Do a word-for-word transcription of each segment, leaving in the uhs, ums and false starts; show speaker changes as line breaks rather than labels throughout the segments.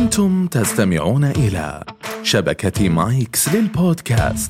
أنتم تستمعون إلى شبكة مايكس للبودكاست.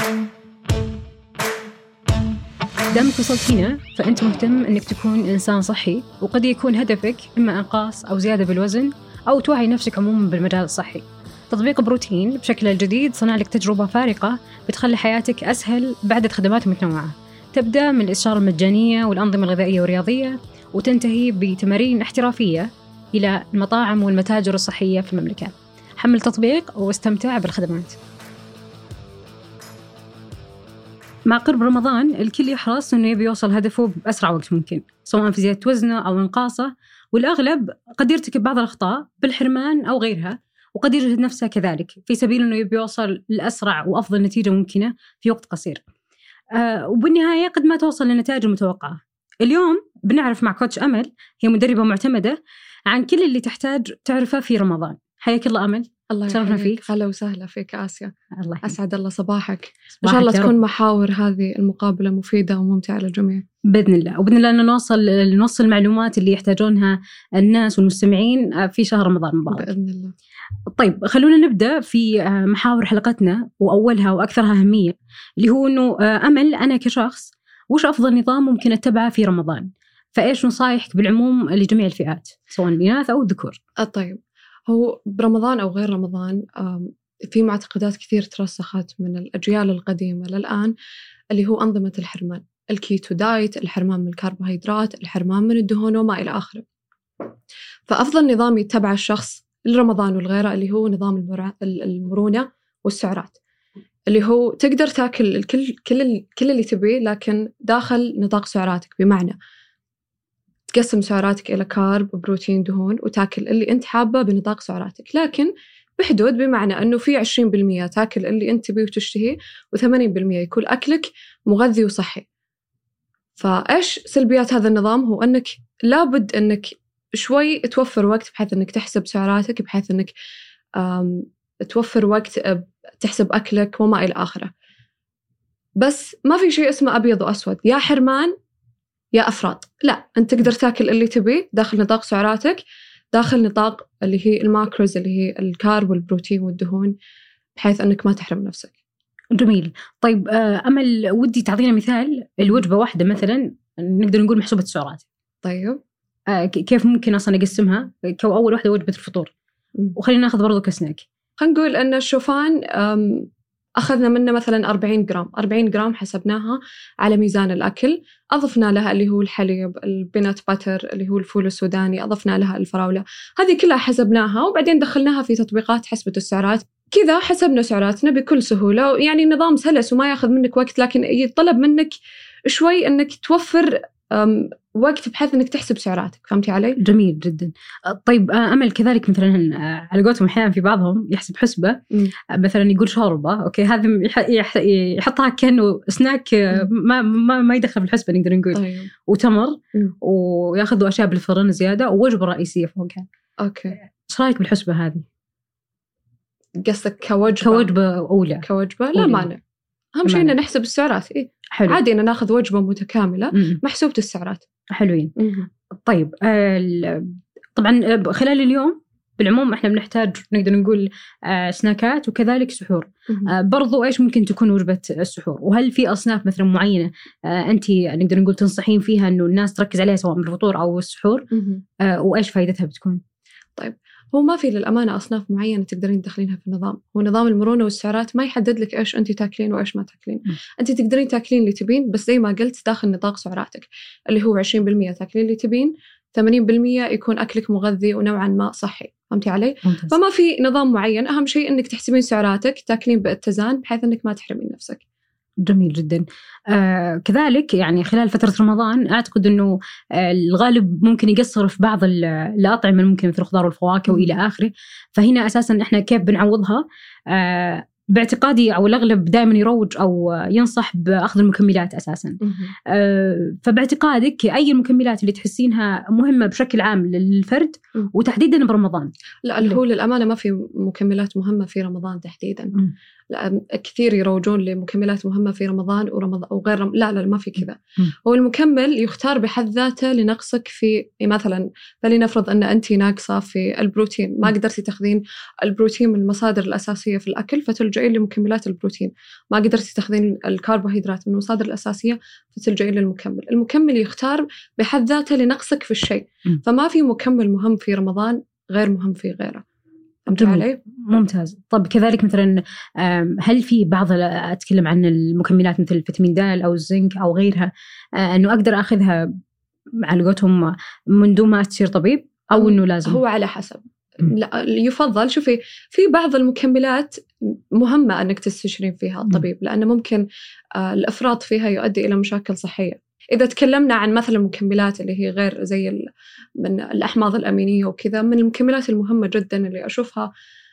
دامك وصلت هنا فأنت مهتم أنك تكون إنسان صحي، وقد يكون هدفك إما إنقاص أو زيادة بالوزن أو توعي نفسك عموما بالمجال الصحي. تطبيق بروتين بشكله الجديد صنع لك تجربة فارقة بتخلي حياتك أسهل بعدة خدمات متنوعة، تبدأ من الاستشارة المجانية والأنظمة الغذائية والرياضية، وتنتهي بتمارين احترافية إلى المطاعم والمتاجر الصحية في المملكة. حمل تطبيق واستمتع بالخدمات. مع قرب رمضان الكل يحرص أنه يبي يوصل هدفه بأسرع وقت ممكن، سواء في زيادة وزنه أو إنقاصه، والأغلب قد يرتكب بعض الأخطاء بالحرمان أو غيرها، وقد يجهد نفسه كذلك في سبيل أنه يبي يوصل لأسرع وأفضل نتيجة ممكنة في وقت قصير، أه وبالنهاية قد ما توصل للنتائج المتوقعة. اليوم بنعرف مع كوتش أمل، هي مدربة معتمدة، عن كل اللي تحتاج تعرفه في رمضان. حياك الله أمل.
الله يحييك. هلا وسهلا فيك آسيا.
الله
أسعد الله صباحك. إن شاء الله تكون محاور هذه المقابلة مفيدة وممتعة للجميع
بإذن الله، وبإذن الله أن نوصل نوصل المعلومات اللي يحتاجونها الناس والمستمعين في شهر رمضان المبارك
بإذن الله.
طيب خلونا نبدأ في محاور حلقتنا، وأولها وأكثرها أهمية اللي هو أنه أمل، أنا كشخص وش أفضل نظام ممكن أتبعه في رمضان؟ فإيش نصايحك بالعموم لجميع الفئات سواء الإناث أو الذكور؟
طيب، هو برمضان أو غير رمضان في معتقدات كثير ترسخت من الأجيال القديمة للآن، اللي هو أنظمة الحرمان، الكيتو دايت، الحرمان من الكربوهيدرات، الحرمان من الدهون وما إلى آخره. فأفضل نظام يتبع الشخص لرمضان والغيره اللي هو نظام المرونة والسعرات، اللي هو تقدر تاكل الكل كل كل اللي تبيه لكن داخل نطاق سعراتك، بمعنى تقسم سعراتك إلى كارب، بروتين، دهون، وتاكل اللي أنت حابه بنطاق سعراتك، لكن بحدود، بمعنى أنه في عشرين بالمئة تاكل اللي أنت تبيه وتشتهيه، وثمانين بالمئة يكون أكلك مغذي وصحي. فإيش سلبيات هذا النظام؟ هو أنك لابد أنك شوي توفر وقت بحيث أنك تحسب سعراتك، بحيث أنك توفر وقت تحسب أكلك وما إلى آخره. بس ما في شيء اسمه أبيض وأسود، يا حرمان يا أفراد، لا، أنت تقدر تاكل اللي تبيه داخل نطاق سعراتك، داخل نطاق اللي هي الماكروز اللي هي الكارب والبروتين والدهون، بحيث أنك ما تحرم نفسك.
جميل. طيب أمل، ودي تعطينا مثال الوجبة واحدة مثلا نقدر نقول محسوبة السعرات.
طيب
كيف ممكن أصلا أقسمها؟ كأول واحدة وجبة الفطور، وخلينا ناخذ برضو كسناك.
خلينا نقول أن الشوفان أخذنا منه مثلا أربعين جرام، أربعين جرام حسبناها على ميزان الأكل، أضفنا لها اللي هو الحليب، البينات باتر اللي هو الفول السوداني، أضفنا لها الفراولة، هذه كلها حسبناها وبعدين دخلناها في تطبيقات حسبة السعرات. كذا حسبنا سعراتنا بكل سهولة، يعني النظام سلس وما ياخذ منك وقت، لكن يطلب منك شوي أنك توفر وقت بحيث أنك تحسب سعراتك. فهمتي علي؟
جميل جدا. طيب أمل، كذلك مثلا على قولتهم أحيانا في بعضهم يحسب حسبة، م. مثلا يقول شوربة، أوكي، هذا يحطها كأنه سناك، ما ما ما يدخل في الحسبة نقدر نقول.
طيب.
وتمر، م. ويأخذوا أشياء بالفرن زيادة، ووجبة رئيسية فوقها.
أوكي،
إيش رأيك بالحسبة هذه؟
قصدك كوجبة؟
كوجبة أولى.
كوجبة لا مانع، أهم شيء إن نحسب السعرات. إيه
حلو.
عادي إن ناخذ وجبة متكاملة م. محسوبة السعرات.
حلوين. م. طيب طبعا خلال اليوم بالعموم إحنا بنحتاج نقدر نقول سناكات وكذلك سحور. م. برضو إيش ممكن تكون وجبة السحور؟ وهل في أصناف مثلا معينة أنت نقدر نقول تنصحين فيها إنه الناس تركز عليها سواء بالفطور أو السحور؟ م. وإيش فائدتها بتكون؟
طيب، هو ما في للأمانة أصناف معينة تقدرين تدخلينها في النظام. هو نظام المرونة والسعرات ما يحدد لك إيش أنت تاكلين وإيش ما تاكلين. م. أنت تقدرين تاكلين اللي تبين، بس زي ما قلت داخل نطاق سعراتك، اللي هو عشرين بالمئة تاكلين اللي تبين، ثمانين بالمئة يكون أكلك مغذي ونوعا ما صحي. فهمتي علي؟
ممتاز.
فما في نظام معين، أهم شيء أنك تحسبين سعراتك، تاكلين باتزان بحيث أنك ما تحرمين نفسك.
جميل جدا. آه كذلك يعني خلال فترة رمضان أعتقد أنه آه الغالب ممكن يقصر في بعض الأطعمة ممكن مثل الخضار والفواكه م. وإلى آخره. فهنا أساسا إحنا كيف بنعوضها؟ آه باعتقادي أو الأغلب دائما يروج أو ينصح بأخذ المكملات أساسا. آه فباعتقادك أي المكملات اللي تحسينها مهمة بشكل عام للفرد وتحديدا برمضان؟
لا، اللي هو للأمانة ما في مكملات مهمة في رمضان تحديدا. كثير يروجون لمكملات مهمة في رمضان ورمضان أو غير رمضان. لا لا ما في كذا. هو المكمل يختار بحد ذاته لنقصك في مثلا، فلنفرض أن أنت ناقصة في البروتين، ما قدرتي تاخذين البروتين من المصادر الأساسية في الأكل فتلجئين لمكملات البروتين، ما قدرتي تاخذين الكربوهيدرات من المصادر الأساسية فتلجئين للمكمل. المكمل يختار بحد ذاته لنقصك في الشيء، فما في مكمل مهم في رمضان غير مهم في غيره.
جميل. ممتاز. طب كذلك مثلا هل في بعض أتكلم عن المكملات مثل الفيتامين د أو الزنك أو غيرها أنه أقدر أخذها على قولتهم من دون ما أستشير طبيب أو أنه لازم؟
هو على حسب. لا يفضل شوفي في بعض المكملات مهمة أنك تستشيرين فيها الطبيب، لأنه ممكن الإفراط فيها يؤدي إلى مشاكل صحية. إذا تكلمنا عن مثلا المكملات اللي هي غير زي من الأحماض الأمينية وكذا، من المكملات المهمة جدا اللي أشوفها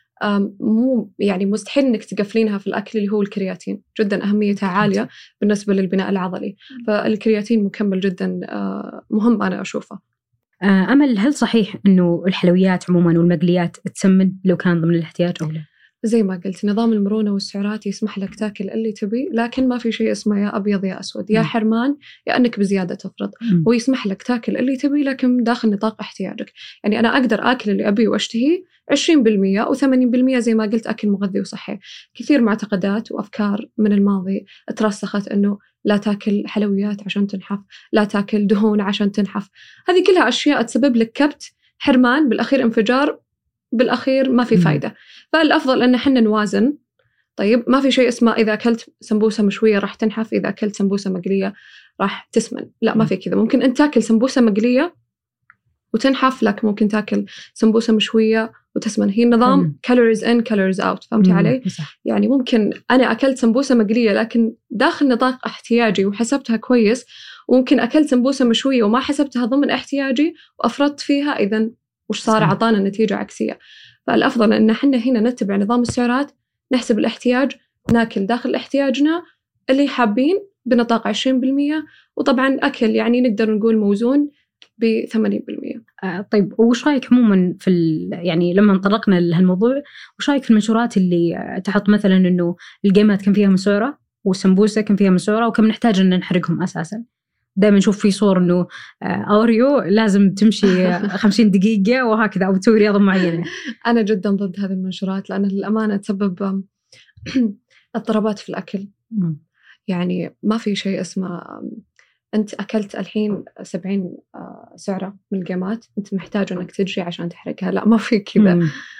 مو يعني مستحيل إنك تقفلينها في الأكل اللي هو الكرياتين، جدا أهميتها عالية بالنسبة للبناء العضلي، فالكرياتين مكمل جدا مهم أنا أشوفه.
أمل، هل صحيح إنه الحلويات عموما والمقليات تسمن لو كان ضمن الاحتياج أو لا؟
زي ما قلت نظام المرونة والسعرات يسمح لك تاكل اللي تبي، لكن ما في شيء اسمه يا أبيض يا أسود، يا حرمان يا أنك بزيادة تفرط. هو يسمح لك تاكل اللي تبي لكن داخل نطاق احتياجك. يعني أنا أقدر أكل اللي أبي وأشتهي عشرين بالمية أو ثمانين بالمية زي ما قلت أكل مغذي وصحي. كثير معتقدات وأفكار من الماضي ترسخت أنه لا تاكل حلويات عشان تنحف، لا تاكل دهون عشان تنحف. هذه كلها أشياء تسبب لك كبت، حرمان، بالأخير انفجار، بالأخير ما في فايدة. فالأفضل أن احنا نوازن. طيب ما في شيء اسمه إذا أكلت سمبوسة مشوية راح تنحف، إذا أكلت سمبوسة مقلية راح تسمن. لا ما في كذا. ممكن أنت تاكل سمبوسة مقلية وتنحف، لكن ممكن تاكل سمبوسة مشوية وتسمن. هي نظام calories in calories out. فهمتي علي؟ يعني ممكن أنا أكلت سمبوسة مقلية لكن داخل نطاق احتياجي وحسبتها كويس، وممكن أكلت سمبوسة مشوية وما حسبتها ضمن احتياجي وأفرطت فيها، إذن وش صار؟ عطانا نتيجة عكسية. فالأفضل أن احنا هنا نتبع نظام السعرات، نحسب الاحتياج، ناكل داخل احتياجنا اللي حابين بنطاق عشرين بالمية، وطبعا أكل يعني نقدر نقول موزون بثمانين بالمية.
آه طيب وش رأيك عموما في يعني لما انطلقنا لهالموضوع، وش رأيك في المنشورات اللي تحط مثلا إنه الجيمات كان فيها مسعرة والسمبوسة كان فيها مسعرة وكم نحتاج أن نحرقهم أساسا؟ دائما نشوف في صور إنه أوريو لازم تمشي خمسين دقيقة وهكذا، أو تسوي رياضة معينة.
أنا جدا ضد هذه المنشورات، لأن للأمانة تسبب اضطرابات في الأكل. يعني ما في شيء اسمه أنت أكلت الحين سبعين سعرة من الجيمات أنت محتاج أنك تجري عشان تحرقها. لا ما في كذا.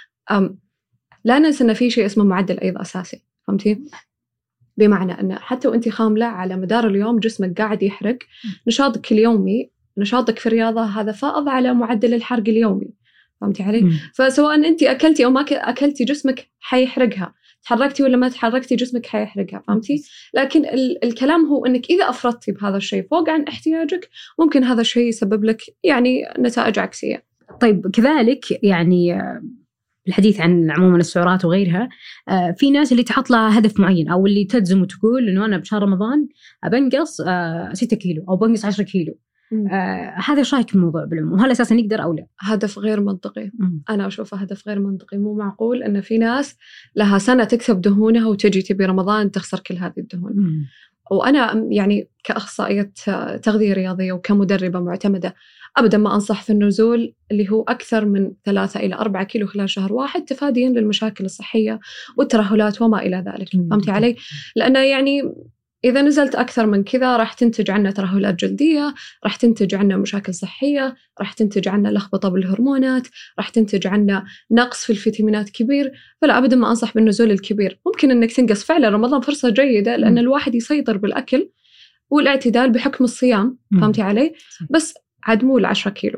لا ننسى أن في شيء اسمه معدل أيض أساسي. فهمتي؟ بمعنى أن حتى وأنت خاملة على مدار اليوم جسمك قاعد يحرق، نشاطك اليومي، نشاطك في الرياضة هذا فائض على معدل الحرق اليومي. فهمتي علي؟ مم. فسواء أنت أكلتي أو ما أكلتي جسمك حيحرقها، تحركتي ولا ما تحركتي جسمك حيحرقها. فهمتي؟ لكن ال- الكلام هو أنك إذا أفرطتي بهذا الشيء فوق عن احتياجك ممكن هذا الشيء يسبب لك يعني نتائج عكسية.
طيب كذلك يعني الحديث عن عموما السعرات وغيرها، في ناس اللي تحط لها هدف معين أو اللي تلزم وتقول إنه أنا بشهر رمضان أبنقص ستة كيلو أو بنقص عشرة كيلو. آه هذا إيش رأيك في الموضوع بالعموم؟ هل أساسا نقدر أو لا؟
هدف غير منطقي. مم. أنا أشوفه هدف غير منطقي. مو معقول أن في ناس لها سنة تكسب دهونها وتجي تبي رمضان تخسر كل هذه الدهون. مم. وأنا يعني كأخصائية تغذية رياضية وكمدربة معتمدة أبدا ما أنصح في النزول اللي هو أكثر من ثلاثة إلى أربعة كيلو خلال شهر واحد تفاديا للمشاكل الصحية والترهلات وما إلى ذلك. فهمتي علي؟ لأنه يعني إذا نزلت أكثر من كذا راح تنتج عنا ترهلات جلدية، راح تنتج عنا مشاكل صحية، راح تنتج عنا لخبطة بالهرمونات، راح تنتج عنا نقص في الفيتامينات كبير. فلا أبدا ما أنصح بالنزول الكبير. ممكن أنك تنقص فعلا، رمضان فرصة جيدة لأن الواحد يسيطر بالأكل والاعتدال بحكم الصيام. فهمتي علي؟ بس عاد مو العشرة كيلو.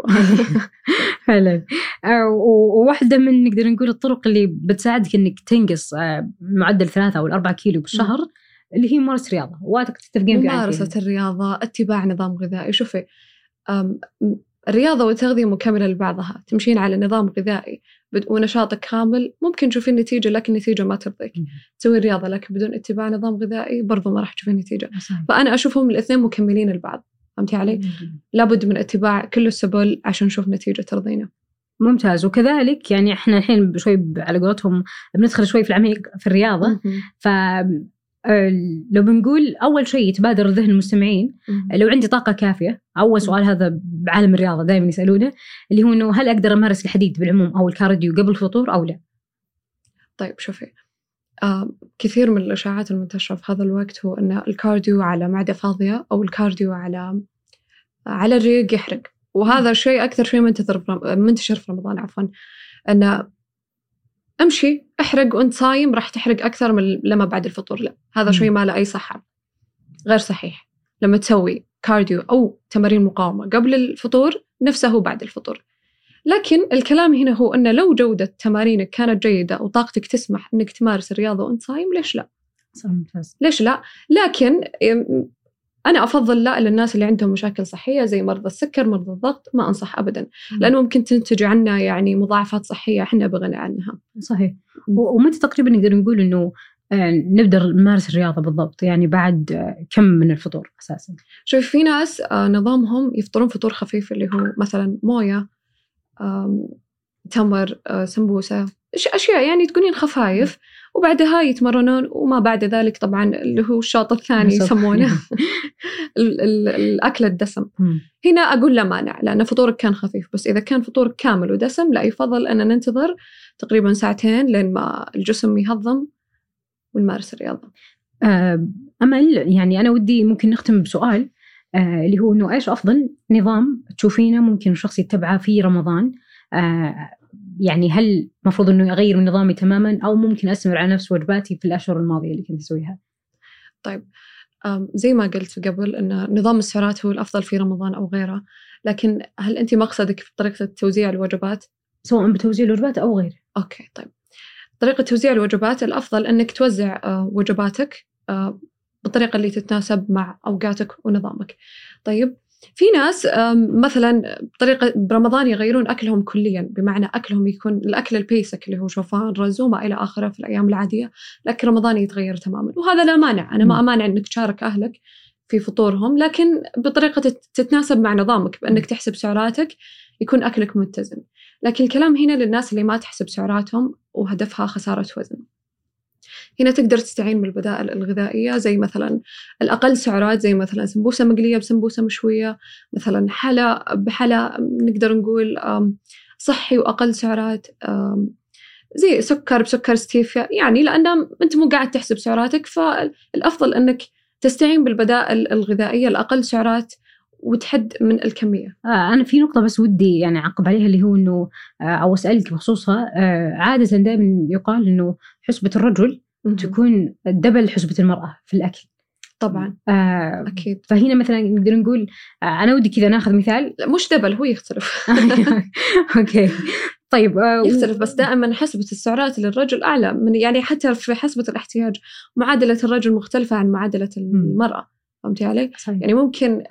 فعلا. وواحدة من نقدر نقول الطرق اللي بتساعدك إنك تنقص معدل ثلاثة أو الأربعة كيلو بالشهر م. اللي هي ممارسة رياضة. واتك تتفقين فيها؟
ممارسة الرياضة، اتباع نظام غذائي. شوفي الرياضة والتغذية مكملة لبعضها. تمشين على نظام غذائي ونشاطك كامل ممكن تشوفين نتيجة، لكن نتيجة ما ترضيك. تسوي الرياضة لكن بدون اتباع نظام غذائي برضو ما راح تشوفين نتيجة. فأنا أشوفهم الاثنين مكملين لبعض. فهمتي علي؟ لابد من اتباع كل السبل عشان نشوف نتيجة ترضينا.
ممتاز. وكذلك يعني إحنا الحين شوي على قولتهم بندخل شوي في العميق في الرياضة. ف لو بنقول أول شيء يتبادر ذهن المستمعين لو عندي طاقة كافية، أول سؤال هذا بعالم الرياضة دائما يسألونه اللي هو إنه هل أقدر أمارس الحديد بالعموم أو الكارديو قبل الفطور أو لا؟
طيب شوفي، آه كثير من الإشاعات المنتشرة في هذا الوقت هو أن الكارديو على معدة فاضية أو الكارديو على على الريق يحرق، وهذا الشيء أكثر شيء منتشر منتشر في رمضان عفوا، أن أمشي احرق وأنت صايم راح تحرق أكثر من لما بعد الفطور. لا، هذا شيء ما له أي صحة، غير صحيح. لما تسوي كارديو أو تمارين مقاومة قبل الفطور نفسه بعد الفطور. لكن الكلام هنا هو أن لو جودة تمارينك كانت جيدة وطاقتك تسمح أنك تمارس الرياضة وأنت صايم، ليش لا؟ ليش لا؟ لكن أنا أفضل لا للناس اللي عندهم مشاكل صحية زي مرضى السكر، مرضى الضغط، ما أنصح أبدا، لأنه ممكن تنتج عنا يعني مضاعفات صحية إحنا بغنى عنها.
صحيح. ومتى تقريبا نقدر نقول إنه نبدأ نمارس الرياضة بالضبط؟ يعني بعد كم من الفطور أساسا؟
شوف، في ناس نظامهم يفطرون فطور خفيف اللي هو مثلا موية، تمر، سمبوسة، أشياء يعني تكونين خفايف، وبعدها يتمرنون. وما بعد ذلك طبعا اللي هو الشوط الثاني يسمونه الأكل الدسم. هنا أقول لا مانع، لأن فطورك كان خفيف، بس إذا كان فطورك كامل ودسم لا، يفضل أن ننتظر تقريبا ساعتين لين ما الجسم يهضم ونمارس الرياضة.
أمل، يعني أنا ودي ممكن نختم بسؤال آه اللي هو إنه إيش أفضل نظام تشوفينه ممكن الشخص يتبعه في رمضان؟ آه يعني هل مفروض إنه يغير من نظامي تماماً أو ممكن أستمر على نفس وجباتي في الأشهر الماضية اللي كنت أسويها؟
طيب، زي ما قلت قبل أن نظام السعرات هو الأفضل في رمضان أو غيره، لكن هل أنت مقصدك في طريقة توزيع الوجبات؟
سواء بتوزيع الوجبات أو غيره.
أوكي، طيب طريقة توزيع الوجبات الأفضل أنك توزع وجباتك بالطريقة اللي تتناسب مع أوقاتك ونظامك. طيب، في ناس مثلا بطريقة برمضان يغيرون أكلهم كليا، بمعنى أكلهم يكون الأكل البيسك اللي هو شوفان، رز وما إلى آخره في الأيام العادية، لكن رمضان يتغير تماما، وهذا لا مانع. أنا ما أمانع أنك تشارك أهلك في فطورهم، لكن بطريقة تتناسب مع نظامك، بأنك تحسب سعراتك، يكون أكلك متزن. لكن الكلام هنا للناس اللي ما تحسب سعراتهم وهدفها خسارة وزن. هنا تقدر تستعين بالبدائل الغذائية زي مثلا الأقل سعرات، زي مثلا سمبوسة مقلية بسمبوسة مشوية، مثلا حلا بحلا نقدر نقول صحي وأقل سعرات، زي سكر بسكر ستيفيا، يعني لأن أنت مو قاعد تحسب سعراتك، فالأفضل أنك تستعين بالبدائل الغذائية الأقل سعرات وتحد من الكمية.
آه أنا في نقطة بس ودي يعني أعقب عليها، اللي هو إنه آه أو أسألك بخصوصها. آه عادة دائما يقال إنه حسبة الرجل م- تكون دبل حسبة المرأة في الأكل.
طبعا
آه
أكيد.
فهنا مثلا نقدر نقول آه أنا ودي كذا ناخذ مثال.
مش دبل، هو يختلف.
أوكي طيب. آه
يختلف، بس دائما حسبة السعرات للرجل أعلى من، يعني حتى في حسبة الاحتياج معادلة الرجل مختلفة عن معادلة المرأة. فهمتي علي؟
صحيح.
يعني ممكن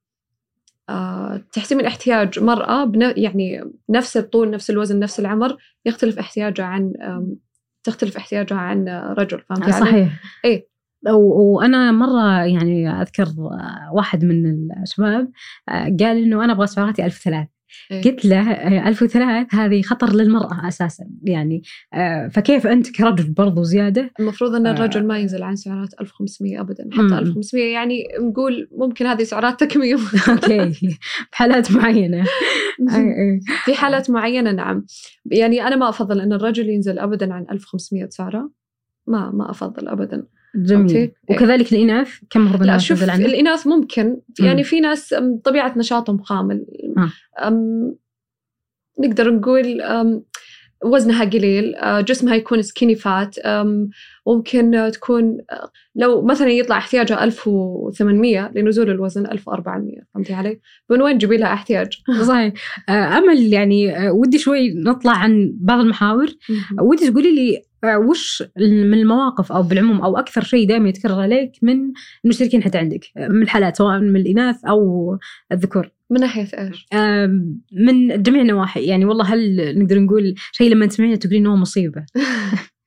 آه، تحسين الاحتياج مرأة بن... يعني نفس الطول، نفس الوزن، نفس العمر، يختلف احتياجها عن تختلف احتياجها عن رجل. فهمتي علي؟
صحيح.
إيه.
وأنا مرة يعني أذكر واحد من الشباب قال إنه أنا أبغى سعراتي ألف وثلاث. إيه؟ قلت له ألف وثلاث هذه خطر للمرأة أساسا، يعني فكيف أنت كرجل برضو زيادة؟
المفروض أن الرجل ما ينزل عن سعرات ألف وخمسمية أبدا، حتى ألف وخمسمية يعني نقول ممكن هذه سعرات تكميم.
أوكي، بحالات معينة.
في حالات معينة نعم، يعني أنا ما أفضل أن الرجل ينزل أبدا عن ألف وخمسمية سعرة، ما ما أفضل أبدا.
جميل. وكذلك الإناث كم مرة؟
لا شوف، الإناث ممكن يعني في ناس طبيعة نشاطهم خامل، نقدر نقول وزنها قليل، جسمها يكون سكيني فات، ممكن تكون لو مثلا يطلع احتياجها ألف وثمانمية لنزول الوزن ألف وأربعمية. فهمتي علي؟ من وين جبي لها احتياج؟
صحيح. أمل، يعني ودي شوي نطلع عن بعض المحاور. ودي تقولي لي وش من المواقف أو بالعموم أو أكثر شيء دائما يتكرر عليك من المشتركين حتى عندك من الحالات، سواء من الإناث أو الذكور؟
من ناحية إيش؟
من جميع النواحي، يعني والله هل نقدر نقول شيء لما تسمعينه تقولين إنه مصيبة؟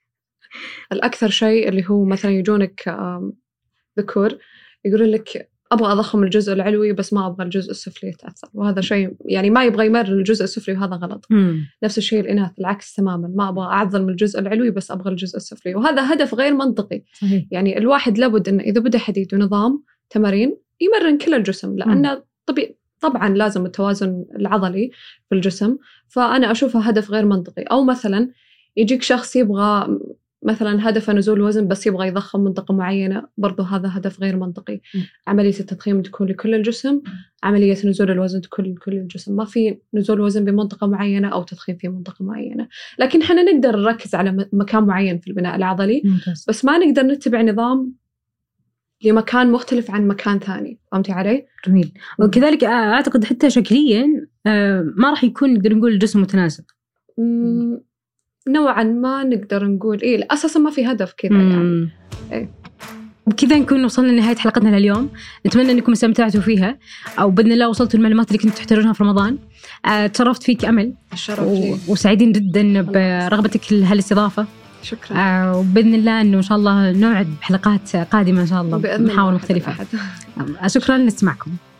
الأكثر شيء اللي هو مثلا يجونك ذكور يقولون لك أبغى أضخم الجزء العلوي بس ما أبغى الجزء السفلي يتأثر، وهذا شيء يعني ما يبغى يمرر الجزء السفلي وهذا غلط.
مم.
نفس الشيء الإناث العكس تماما، ما أبغى أعظم الجزء العلوي بس أبغى الجزء السفلي، وهذا هدف غير منطقي.
صحيح.
يعني الواحد لابد إنه إذا بدأ حديد ونظام تمارين يمرن كل الجسم، لأنه طبيعي طبعا لازم التوازن العضلي في الجسم، فأنا أشوفها هدف غير منطقي. أو مثلا يجيك شخص يبغى مثلا هدف نزول وزن بس يبغى يضخم منطقة معينة، برضو هذا هدف غير منطقي. م. عملية التضخيم تكون لكل الجسم، عملية نزول الوزن تكون لكل الجسم، ما في نزول وزن بمنطقة معينة أو تضخيم في منطقة معينة. لكن إحنا نقدر نركز على مكان معين في البناء العضلي. ممتاز. بس ما نقدر نتبع نظام لمكان مختلف عن مكان ثاني. فهمتي علي؟
جميل. وكذلك أعتقد حتى شكليا ما راح يكون نقدر نقول الجسم متناسق.
م- نوعا ما نقدر نقول إيه أساسا ما في هدف كذا يعني. إيه.
وبكذا نكون وصلنا لنهاية حلقتنا لليوم. نتمنى أنكم استمتعتوا فيها، أو بإذن الله وصلتوا المعلومات اللي كنتوا تحتاجونها في رمضان. أه تشرفت فيك أمل،
و...
وسعيدين جدا برغبتك لهالاستضافة.
شكرا.
أه وبإذن الله أنه إن شاء الله نوعد بحلقات قادمة إن شاء الله، محاور مختلفة. شكرا لاستماعكم.